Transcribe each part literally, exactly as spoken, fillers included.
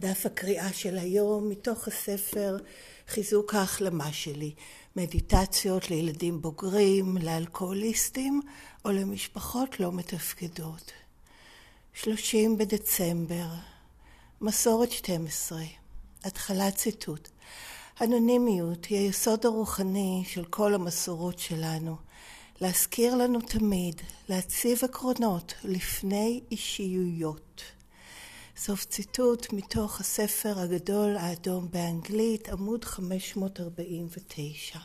דף הקריאה של היום מתוך הספר חיזוק ההחלמה שלי, מדיטציות לילדים בוגרים, לאלכוהוליסטים או למשפחות לא מתפקדות. שלושים בדצמבר, מסורת שתים עשרה, התחלת ציטוט. אנונימיות היא היסוד הרוחני של כל המסורות שלנו. להזכיר לנו תמיד, להציב עקרונות לפני אישיויות. סוף ציטוט מתוך הספר הגדול האדום באנגלית, עמוד חמש מאות ארבעים ותשע.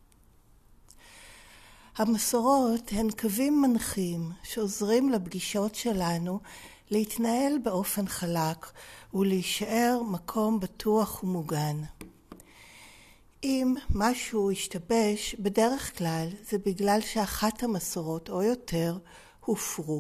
המסורות הן קווים מנחים שעוזרים לפגישות שלנו להתנהל באופן חלק ולהישאר מקום בטוח ומוגן. אם משהו ישתבש, בדרך כלל זה בגלל שאחת המסורות או יותר הופרו.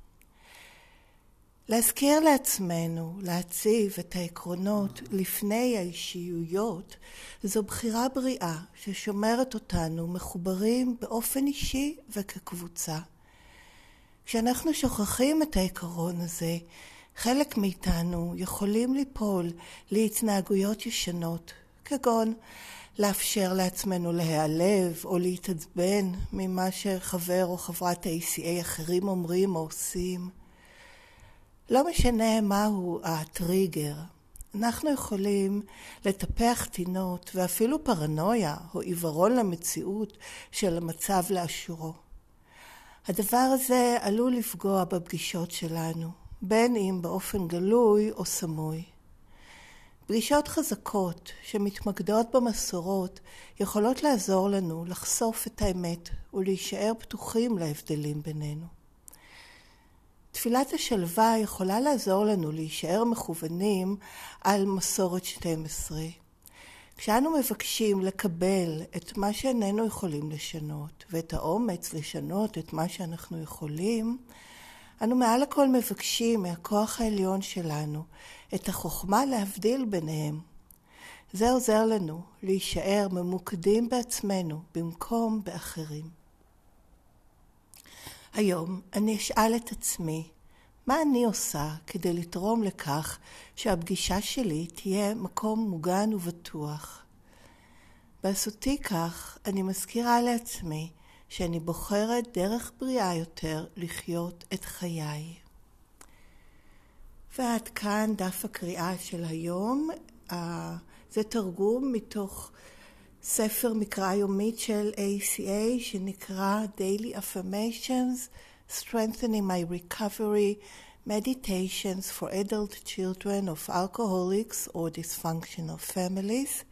להזכיר לעצמנו, להציב את העקרונות לפני האישיויות, זו בחירה בריאה ששומרת אותנו מחוברים באופן אישי וכקבוצה. כשאנחנו שוכחים את העיקרון הזה, חלק מאיתנו יכולים ליפול להתנהגויות ישנות, כגון לאפשר לעצמנו להיעלב או להתעצבן ממה שחבר או חברת ה-איי סי איי אחרים אומרים או עושים. לא משנה מהו הטריגר, אנחנו יכולים לטפח טינות ואפילו פרנויה או עיוורון למציאות של המצב לאשורו. הדבר הזה עלול לפגוע בפגישות שלנו, בין אם באופן גלוי או סמוי. פגישות חזקות שמתמקדות במסורות יכולות לעזור לנו לחשוף את האמת ולהישאר פתוחים להבדלים בינינו. תפילת השלווה יכולה לעזור לנו להישאר מכוונים על מסורת שתים עשרה. כשאנו מבקשים לקבל את מה שאיננו יכולים לשנות ואת האומץ לשנות את מה שאנחנו יכולים, אנו מעל הכל מבקשים מהכוח העליון שלנו את החוכמה להבדיל ביניהם. זה עוזר לנו להישאר ממוקדים בעצמנו במקום באחרים. היום אני אשאל את עצמי, מה אני עושה כדי לתרום לכך שהפגישה שלי תהיה מקום מוגן ובטוח? בעשותי כך, אני מזכירה לעצמי שאני בוחרת דרך בריאה יותר לחיות את חיי. ועד כאן דף הקריאה של היום. זה תרגום מתוך ספר מקרא יומית של איי סי איי שנקרא Daily Affirmations, Strengthening My Recovery, Meditations for Adult Children of Alcoholics or Dysfunctional Families.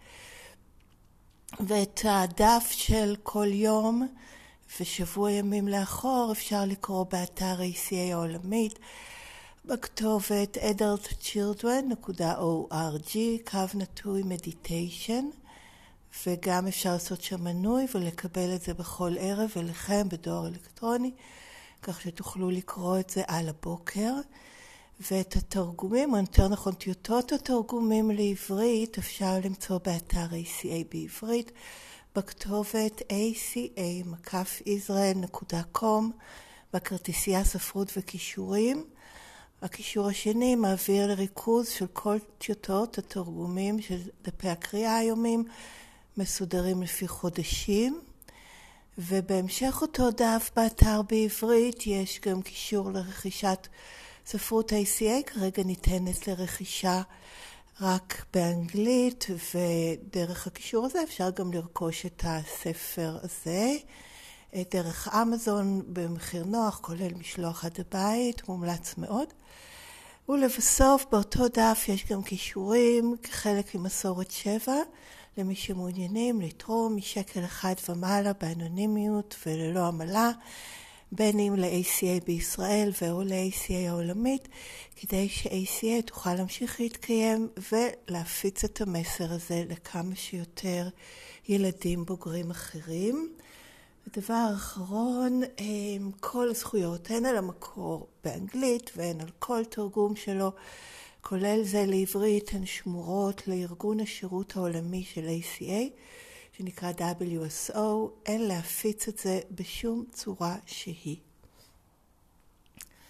ואת הדף של כל יום ושבוע ימים לאחור אפשר לקרוא באתר איי סי איי העולמית, בכתובת adult children dot org, קו נטוי meditation, וגם אפשר לעשות שם מנוי ולקבל את זה בכל ערב ולכם בדואר אלקטרוני, כך שתוכלו לקרוא את זה על הבוקר. ואת התרגומים, או יותר נכון טיוטות התרגומים לעברית, אפשר למצוא באתר איי סי איי בעברית, בכתובת איי סי איי ישראל נקודה קום, בכרטיסייה ספרות וכישורים. הקישור השני מעביר לריכוז של כל טיוטות התרגומים של דפי הקריאה היומיים, מסודרים לפי חודשים. ובהמשך אותו דף באתר בעברית יש גם קישור לרכישת ספרות ה-איי סי איי, כרגע ניתנת לרכישה רק באנגלית, ודרך הקישור הזה אפשר גם לרכוש את הספר הזה דרך אמזון במחיר נוח, כולל משלוח עד הבית, מומלץ מאוד. ולבסוף באותו דף יש גם קישורים כחלק ממסורת שבע, למי שמעוניינים לתרום משקל אחד ומעלה באנונימיות וללא עמלה, בין אם ל-איי סי איי בישראל ואו ל-איי סי איי העולמית, כדי ש-איי סי איי תוכל להמשיך להתקיים ולהפיץ את המסר הזה לכמה שיותר ילדים בוגרים אחרים. הדבר האחרון, כל הזכויות, הן על המקור באנגלית והן על כל תרגום שלו, כולל זה לעברית, הן שמורות לארגון השירות העולמי של איי סי איי, שנקרא דאבליו אס או, אין להפיץ את זה בשום צורה שהיא.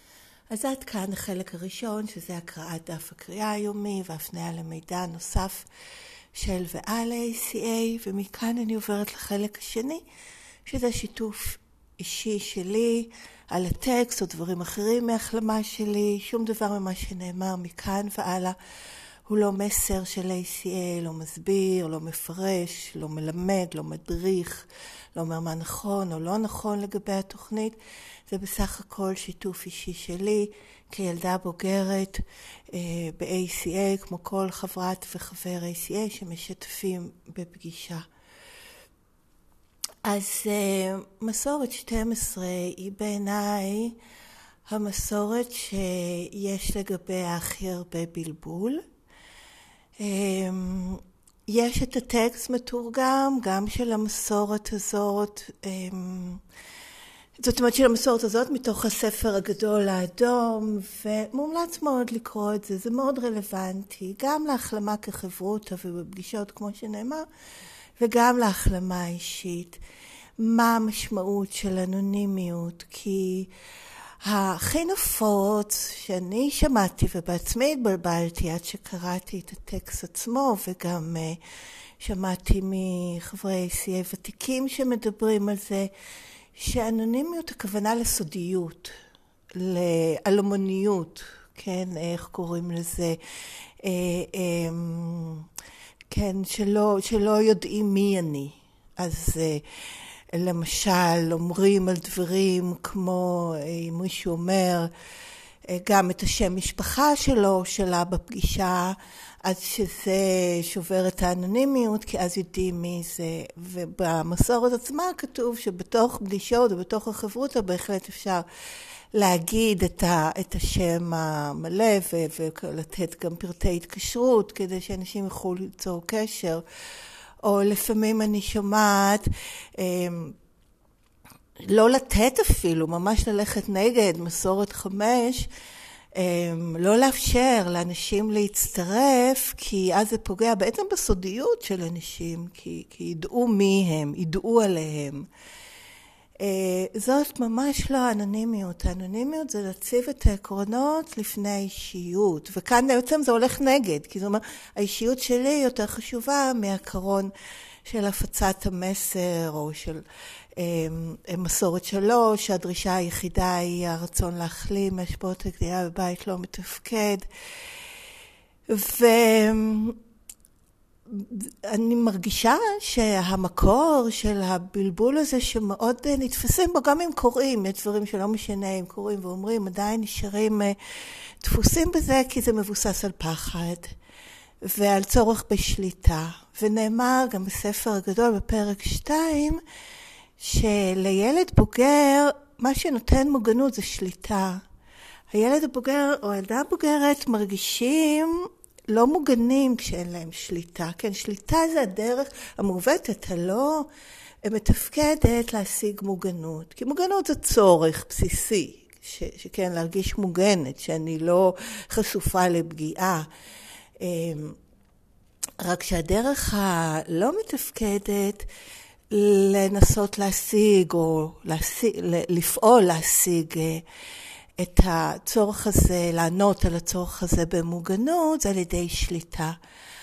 אז עד כאן החלק הראשון, שזה הקראת דף הקריאה היומי והפניה למידע נוסף של ועל ה-איי סי איי, ומכאן אני עוברת לחלק השני, שזה שיתוף אישי שלי על הטקסט או דברים אחרים מהחלמה שלי. שום דבר ממה שנאמר מכאן והלאה הוא לא מסר של ה-איי סי איי, לא מסביר, לא מפרש, לא מלמד, לא מדריך, לא אומר מה נכון או לא נכון לגבי התוכנית. זה בסך הכל שיתוף אישי שלי כילדה בוגרת אה, ב-איי סי איי, כמו כל חברת וחבר איי סי איי שמשתפים בפגישה. אז אה, מסורת שתים עשרה היא בעיניי המסורת שיש לגביה הכי הרבה בלבול. אה, יש את הטקסט מתורגם גם של המסורת הזאת, אה, זאת אומרת של המסורת הזאת מתוך הספר הגדול האדום, ומומלץ מאוד לקרוא את זה, זה מאוד רלוונטי, גם להחלמה כחברותה ובפגישות כמו שנאמר, וגם להחלמה האישית. מה המשמעות של אנונימיות? כי הכי נפוץ שאני שמעתי ובעצמי התבלבלתי עד שקראתי את הטקסט עצמו, וגם uh, שמעתי מחברי איי סי איי ותיקים שמדברים על זה, שאנונימיות הכוונה לסודיות, לאלמוניות, כן, איך קוראים לזה, אה, אה, כן, שלא, שלא יודעים מי אני. אז אה, למשל, אומרים על דברים כמו, אה, מישהו אומר, אה, גם את השם משפחה שלו, שלה בפגישה, אז שזה שובר את האנונימיות, כי אז יודעים מי זה. ובמסורת עצמה כתוב שבתוך פגישות ובתוך החברותה בהחלט אפשר להגיד את, ה, את השם המלא ו, ולתת גם פרטי התקשרות כדי שאנשים יוכלו ליצור קשר. או לפעמים אני שומעת לא לתת אפילו, ממש ללכת נגד מסורת חמש, לא לאפשר לאנשים להצטרף, כי אז זה פוגע בעצם בסודיות של אנשים, כי, כי ידעו מי הם, ידעו עליהם. זאת ממש לא האנונימיות. האנונימיות זה להציב את העקרונות לפני האישיות, וכאן בעצם זה הולך נגד, כי זאת אומרת, האישיות שלי יותר חשובה מהעקרון של הפצת המסר, או של מסורת שלו, שהדרישה היחידה היא הרצון להחלים מהשפעות הגדילה בבית לא מתפקד. ואני מרגישה שהמקור של הבלבול הזה שמאוד נתפסים בו, גם אם קוראים, יש דברים שלא משנה אם קוראים ואומרים, עדיין נשארים דפוסים בזה, כי זה מבוסס על פחד ועל צורך בשליטה. ונאמר גם בספר הגדול בפרק שתיים, שלילד בוגר, מה שנותן מוגנות זה שליטה. הילד הבוגר או הילדה הבוגרת מרגישים לא מוגנים כשאין להם שליטה. כן, שליטה זה הדרך המעוותת, הלא מתפקדת להשיג מוגנות. כי מוגנות זה צורך בסיסי, ש, שכן, להרגיש מוגנת, שאני לא חשופה לפגיעה. רק שהדרך הלא מתפקדת, לנסות להשיג או להשיג, לפעול להשיג את הצורך הזה, לענות על הצורך הזה במוגנות, זה על ידי שליטה.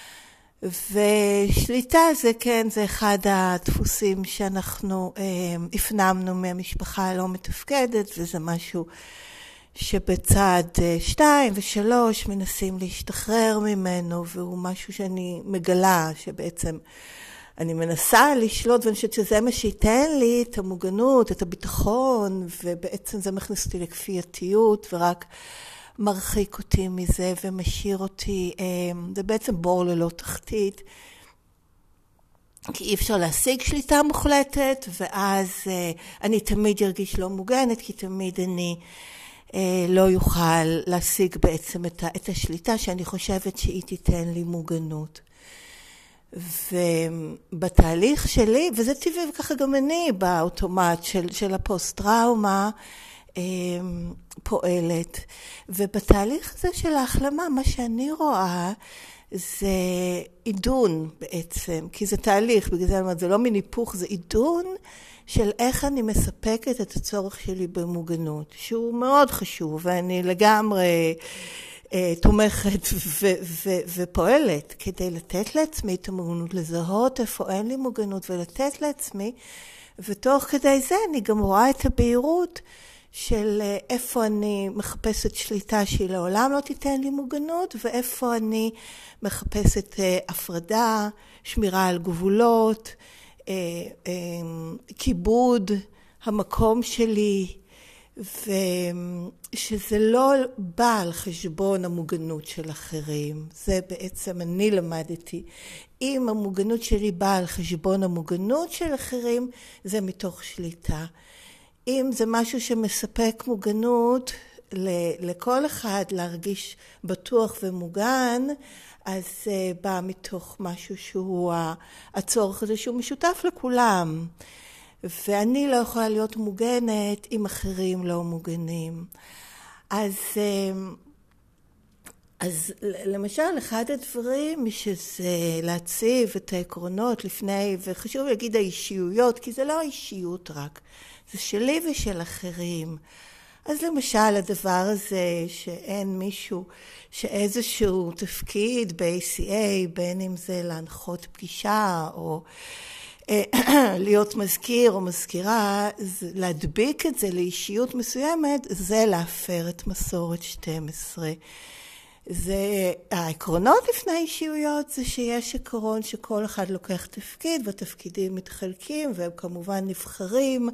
ושליטה זה כן, זה אחד הדפוסים שאנחנו אה, הפנמנו מהמשפחה הלא מתפקדת, וזה משהו שבצד שתיים ושלוש מנסים להשתחרר ממנו, והוא משהו שאני מגלה שבעצם אני מנסה לשלוט, ואני חושבת שזה מה שייתן לי את המוגנות, את הביטחון, ובעצם זה מכניס אותי לכפייתיות, ורק מרחיק אותי מזה ומשאיר אותי, זה בעצם בור ללא תחתית, כי אי אפשר להשיג שליטה מוחלטת, ואז אני תמיד ארגיש לא מוגנת, כי תמיד אני לא יוכל להשיג בעצם את השליטה שאני חושבת שהיא תיתן לי מוגנות. ובתהליך שלי, וזה טבעי וככה גם אני באוטומט של, של הפוסט-טראומה פועלת, ובתהליך הזה של ההחלמה, מה שאני רואה זה עידון בעצם, כי זה תהליך, בגלל זה, זה לא מין היפוך, זה עידון של איך אני מספקת את הצורך שלי במוגנות, שהוא מאוד חשוב, ואני לגמרי אה, תומכת ו- ו- ופועלת כדי לתת לעצמי את המוגנות, לזהות איפה אין לי מוגנות ולתת לעצמי, ותוך כדי זה אני גם רואה את הבהירות של איפה אני מחפשת שליטה שהיא לעולם לא תיתן לי מוגנות, ואיפה אני מחפשת הפרדה, שמירה על גבולות, כיבוד המקום שלי, ושזה לא בא על חשבון המוגנות של אחרים. זה בעצם אני למדתי. אם המוגנות שלי באה על חשבון המוגנות של אחרים, זה מתוך שליטה. אם זה משהו שמספק מוגנות לכל אחד להרגיש בטוח ומוגן, אז זה בא מתוך משהו שהוא הצורך הזה שהוא משותף לכולם. ואני לא יכולה להיות מוגנת אם אחרים לא מוגנים. אז, אז למשל, אחד הדברים שזה להציב את העקרונות לפני, וחשוב להגיד האישיויות, כי זה לא האישיות רק, זה שלי ושל אחרים. אז למשל, הדבר הזה שאין מישהו שאיזשהו תפקיד ב-איי סי איי, בין אם זה להנחות פגישה או להיות מזכיר או מזכירה, להדביק את זה לאישיות מסוימת, זה להפר את מסורת שתים עשרה. זה, העקרונות לפני אישיויות זה שיש עקרון שכל אחד לוקח תפקיד, והתפקידים מתחלקים, והם כמובן נבחרים,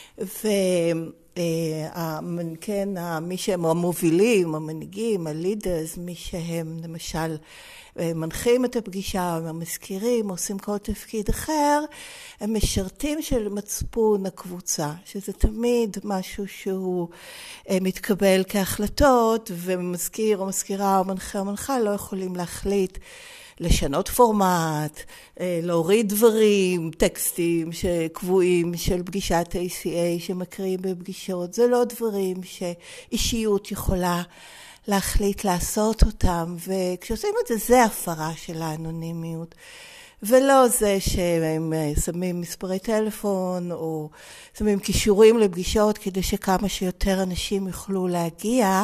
וכן, מי שהם המובילים, המנהיגים, הלידרס, מי שהם למשל מנחים את הפגישה, או המזכירים, עושים כל תפקיד אחר, הם משרתים של מצפון הקבוצה, שזה תמיד משהו שהוא מתקבל כהחלטות, ומזכיר או מזכירה או מנחה או מנחה לא יכולים להחליט לשנות פורמט, להוריד דברים, טקסטים שקבועים של פגישת איי סי איי שמקריאים בפגישות. זה לא דברים שאישיות יכולה להחליט לעשות אותם, וכשעושים את זה, זה הפרה של האנונימיות. ולא זה שהם שמים מספרי טלפון או שמים קישורים לפגישות כדי שכמה שיותר אנשים יוכלו להגיע.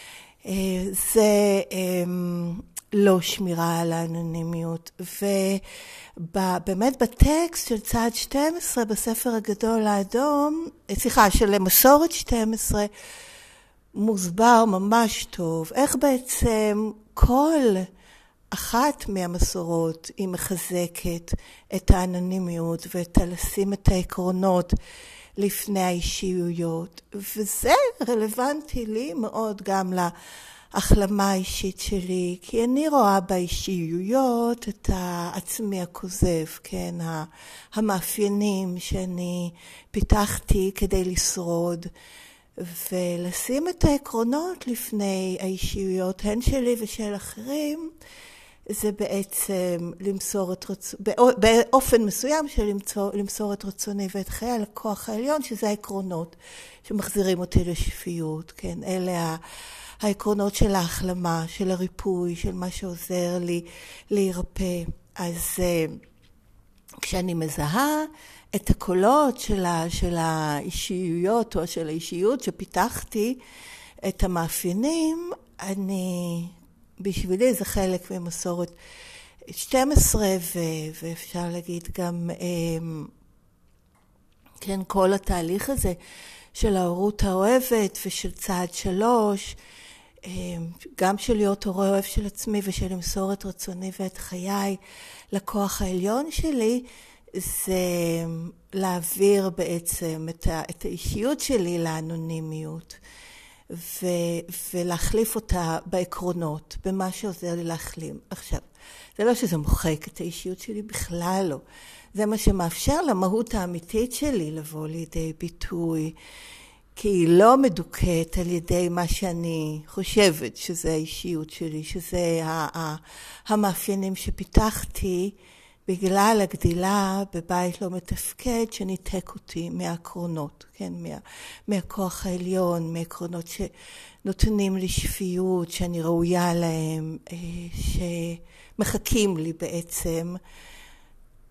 זה לא שמירה על האנונימיות. ובאמת בטקסט של צעד שתים עשרה בספר הגדול האדום, סליחה, של מסורת שתים עשרה, מוסבר ממש טוב איך בעצם כל אחת מהמסורות היא מחזקת את האנונימיות ואת לשים את העקרונות לפני האישיויות. וזה רלוונטי לי מאוד גם להחלמה האישית שלי, כי אני רואה באישיויות את העצמי הכוזב, כן, המאפיינים שאני פיתחתי כדי לשרוד, ולשים את העקרונות לפני האישיויות, הן שלי ושל אחרים, זה בעצם למסור את רצוני, באופן מסוים של למסור, למסור את רצוני ואת חיי על הכוח העליון, שזה העקרונות שמחזירים אותי לשפיות, כן? אלה העקרונות של ההחלמה, של הריפוי, של מה שעוזר לי להירפא. אז כשאני מזהה את הקולות של, ה, של האישיויות או של האישיות שפיתחתי, את המאפיינים, אני, בשבילי זה חלק ממסורת שתים עשרה, ו, ואפשר להגיד גם, כן, כל התהליך הזה של ההורות האוהבת ושל צעד שלוש, גם של להיות הורה אוהב של עצמי ושל למסור את רצוני ואת חיי לכוח העליון שלי, זה להעביר בעצם את, ה, את האישיות שלי לאנונימיות, ו, ולהחליף אותה בעקרונות, במה שעוזר לי להחלים. עכשיו, זה לא שזה מוחק את האישיות שלי, בכלל לא. זה מה שמאפשר למהות האמיתית שלי לבוא לידי ביטוי, כי היא לא מדוכאת על ידי מה שאני חושבת שזה האישיות שלי, שזה המאפיינים שפיתחתי בגלל הגדילה בבית לא מתפקד שניתק אותי מהעקרונות, כן, מה, מהכוח העליון, מהעקרונות שנותנים לי שפיות, שאני ראויה להם, שמחכים לי בעצם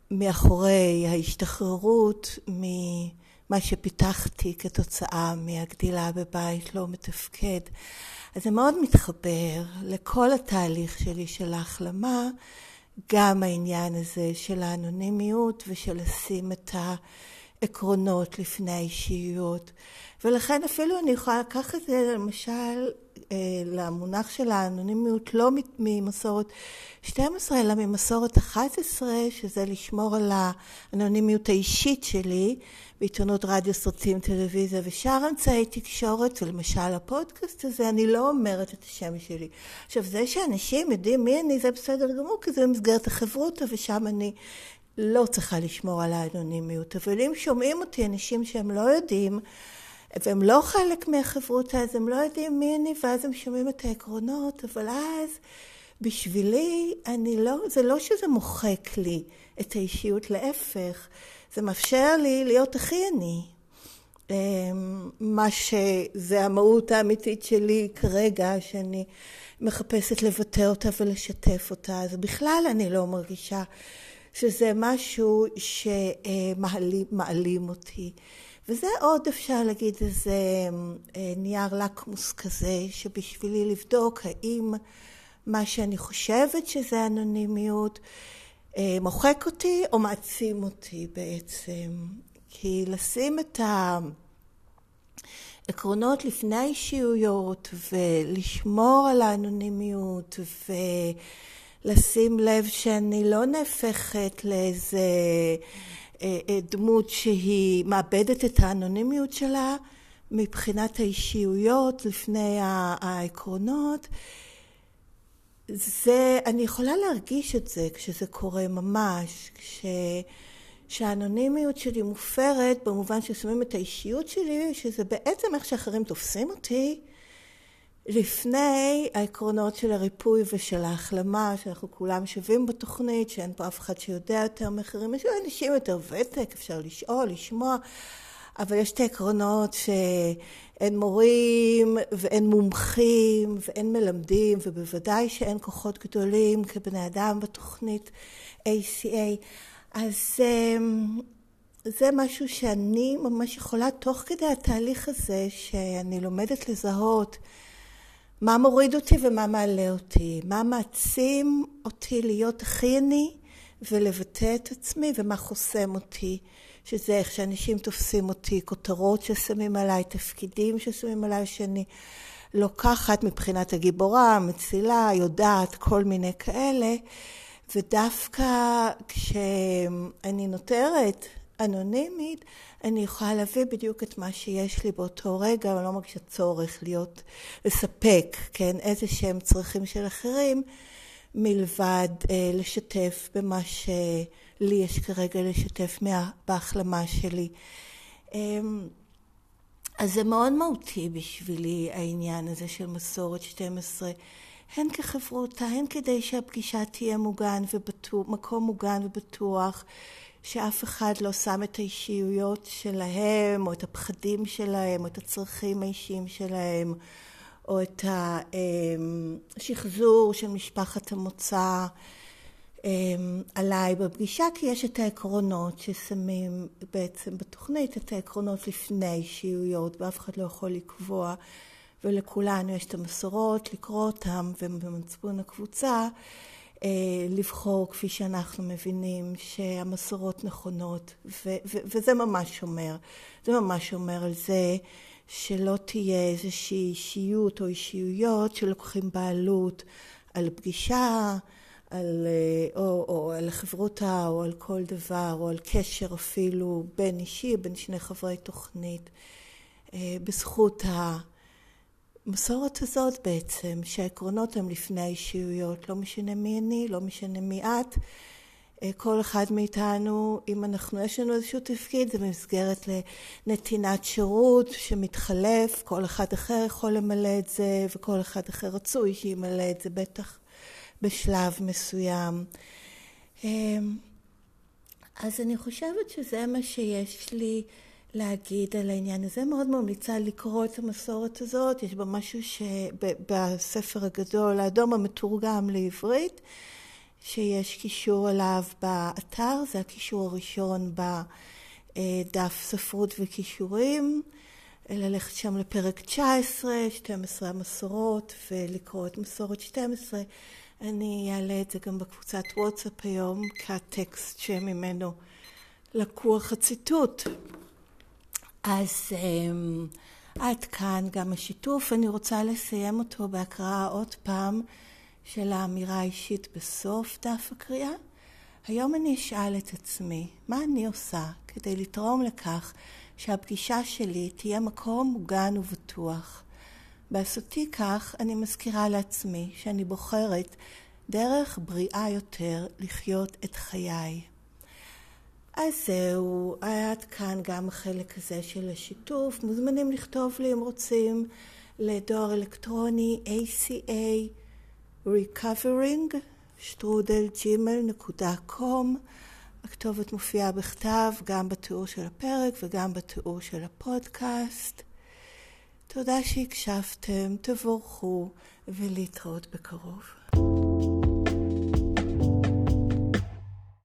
מאחורי ההשתחררות ממה שפיתחתי כתוצאה מהגדילה בבית לא מתפקד. אז זה מאוד מתחבר לכל התהליך שלי של ההחלמה, גם העניין הזה של האנונימיות ושל לשים את העקרונות לפני האישיות. ולכן אפילו אני יכולה לקחת את זה למשל למונח של האנונימיות לא ממסורת שתים עשרה אלא ממסורת אחת עשרה, שזה לשמור על האנונימיות האישית שלי בעיתונות, רדיו, סרטים, טלוויזיה ושאר אמצעי תקשורת. ולמשל הפודקאסט הזה אני לא אומרת את השם שלי. עכשיו זה שאנשים יודעים מי אני זה בסדר גמור, כי זה במסגרת החברותה ושם אני לא צריכה לשמור על האנונימיות. אבל אם שומעים אותי אנשים שהם לא יודעים והם לא חלק מהחברותה, אז הם לא יודעים מי אני, ואז הם שומעים את העקרונות, אבל אז בשבילי אני לא, זה לא שזה מוחק לי את האישיות, להפך, זה מאפשר לי להיות הכי אני. מה שזה המהות האמיתית שלי כרגע, שאני מחפשת לבטא אותה ולשתף אותה, אז בכלל אני לא מרגישה שזה משהו שמעלים אותי. וזה עוד אפשר להגיד איזה נייר לקמוס כזה, שבשבילי לבדוק האם מה שאני חושבת שזה אנונימיות מוחק אותי או מעצים אותי בעצם. כי לשים את העקרונות לפני האישיויות ולשמור על האנונימיות ולשים לב שאני לא נהפכת לאיזה דמות שהיא מאבדת את האנונימיות שלה מבחינת האישיויות לפני העקרונות, זה, אני יכולה להרגיש את זה כשזה קורה ממש, כש, שהאנונימיות שלי מופרת במובן ששמים את האישיות שלי, שזה בעצם איך שאחרים תופסים אותי, לפני העקרונות של הריפוי ושל ההחלמה, שאנחנו כולם שווים בתוכנית, שאין פה אף אחד שיודע יותר מאחרים, יש אנשים יותר ותק, אפשר לשאול, לשמוע, אבל יש את העקרונות שאין מורים ואין מומחים ואין מלמדים, ובוודאי שאין כוחות גדולים כבני אדם בתוכנית A C A. אז זה משהו שאני ממש יכולה תוך כדי התהליך הזה, שאני לומדת לזהות מה מוריד אותי ומה מעלה אותי, מה מעצים אותי להיות הכי אני ולבטא את עצמי, ומה חוסם אותי, שזה איך שאנשים תופסים אותי, כותרות ששמים עליי, תפקידים ששמים עליי, שאני לוקחת מבחינת הגיבורה, מצילה, יודעת, כל מיני כאלה. ודווקא כשאני נותרת אנונימית, אני יכולה להביא בדיוק את מה שיש לי באותו רגע, אבל לא מרגישה צורך להיות, לספק, כן, איזה שהם צרכים של אחרים, מלבד אה, לשתף במה שלי יש כרגע לשתף מה, בהחלמה שלי. אה, אז זה מאוד מהותי בשבילי העניין הזה של מסורת שתים עשרה, הן כחברותה, הן כדי שהפגישה תהיה מוגן ובטוח, מקום מוגן ובטוח, שאף אחד לא שם את האישיויות שלהם, או את הפחדים שלהם, או את הצרכים האישיים שלהם, או את השחזור של משפחת המוצא עליי בפגישה, כי יש את העקרונות ששמים בעצם בתוכנית, את העקרונות לפני אישיויות, ואף אחד לא יכול לקבוע, ולכולנו יש את המסורות, לקרוא אותם, ובמצפון הקבוצה, לבחור כפי שאנחנו מבינים שהמסורות נכונות, ו- ו- וזה ממש אומר, זה ממש אומר על זה שלא תהיה איזושהי אישיות או אישיויות שלוקחים בעלות על פגישה, על, או, או על חברותה, או על כל דבר, או על קשר אפילו בין אישי, בין שני חברי תוכנית, בזכות ה... המסורת הזאת בעצם, שהעקרונות הם לפני האישיויות, לא משנה מי אני, לא משנה מי את, כל אחד מאיתנו, אם אנחנו, יש לנו איזשהו תפקיד, זה במסגרת לנתינת שירות שמתחלף, כל אחד אחר יכול למלא את זה, וכל אחד אחר רצוי שימלא את זה בטח בשלב מסוים. אז אני חושבת שזה מה שיש לי להגיד על העניין הזה. מאוד ממליצה לקרוא את המסורת הזאת, יש בה משהו שבספר הגדול, האדום המתורגם לעברית, שיש קישור אליו באתר, זה הקישור הראשון בדף ספרות וקישורים. ללכת שם לפרק תשע עשרה, שתים עשרה המסורות, ולקרוא את מסורת שתים עשרה. אני אעלה את זה גם בקבוצת וואטסאפ היום, כהטקסט שממנו לקוח הציטוט. אז um, עד כאן גם השיתוף. אני רוצה לסיים אותו בהקראה עוד פעם של האמירה האישית בסוף דף הקריאה. היום אני אשאל את עצמי, מה אני עושה כדי לתרום לכך שהפגישה שלי תהיה מקום מוגן ובטוח? בעשותי כך אני מזכירה לעצמי שאני בוחרת דרך בריאה יותר לחיות את חיי. אז זהו, עד כאן גם החלק הזה של השיתוף. מוזמנים לכתוב לי אם רוצים לדואר אלקטרוני איי סי איי recovering שטרודל ג'ימייל נקודה קום. הכתובת מופיעה בכתב גם בתיאור של הפרק וגם בתיאור של הפודקאסט. תודה שהקשבתם, תבורכו ולהתראות בקרוב.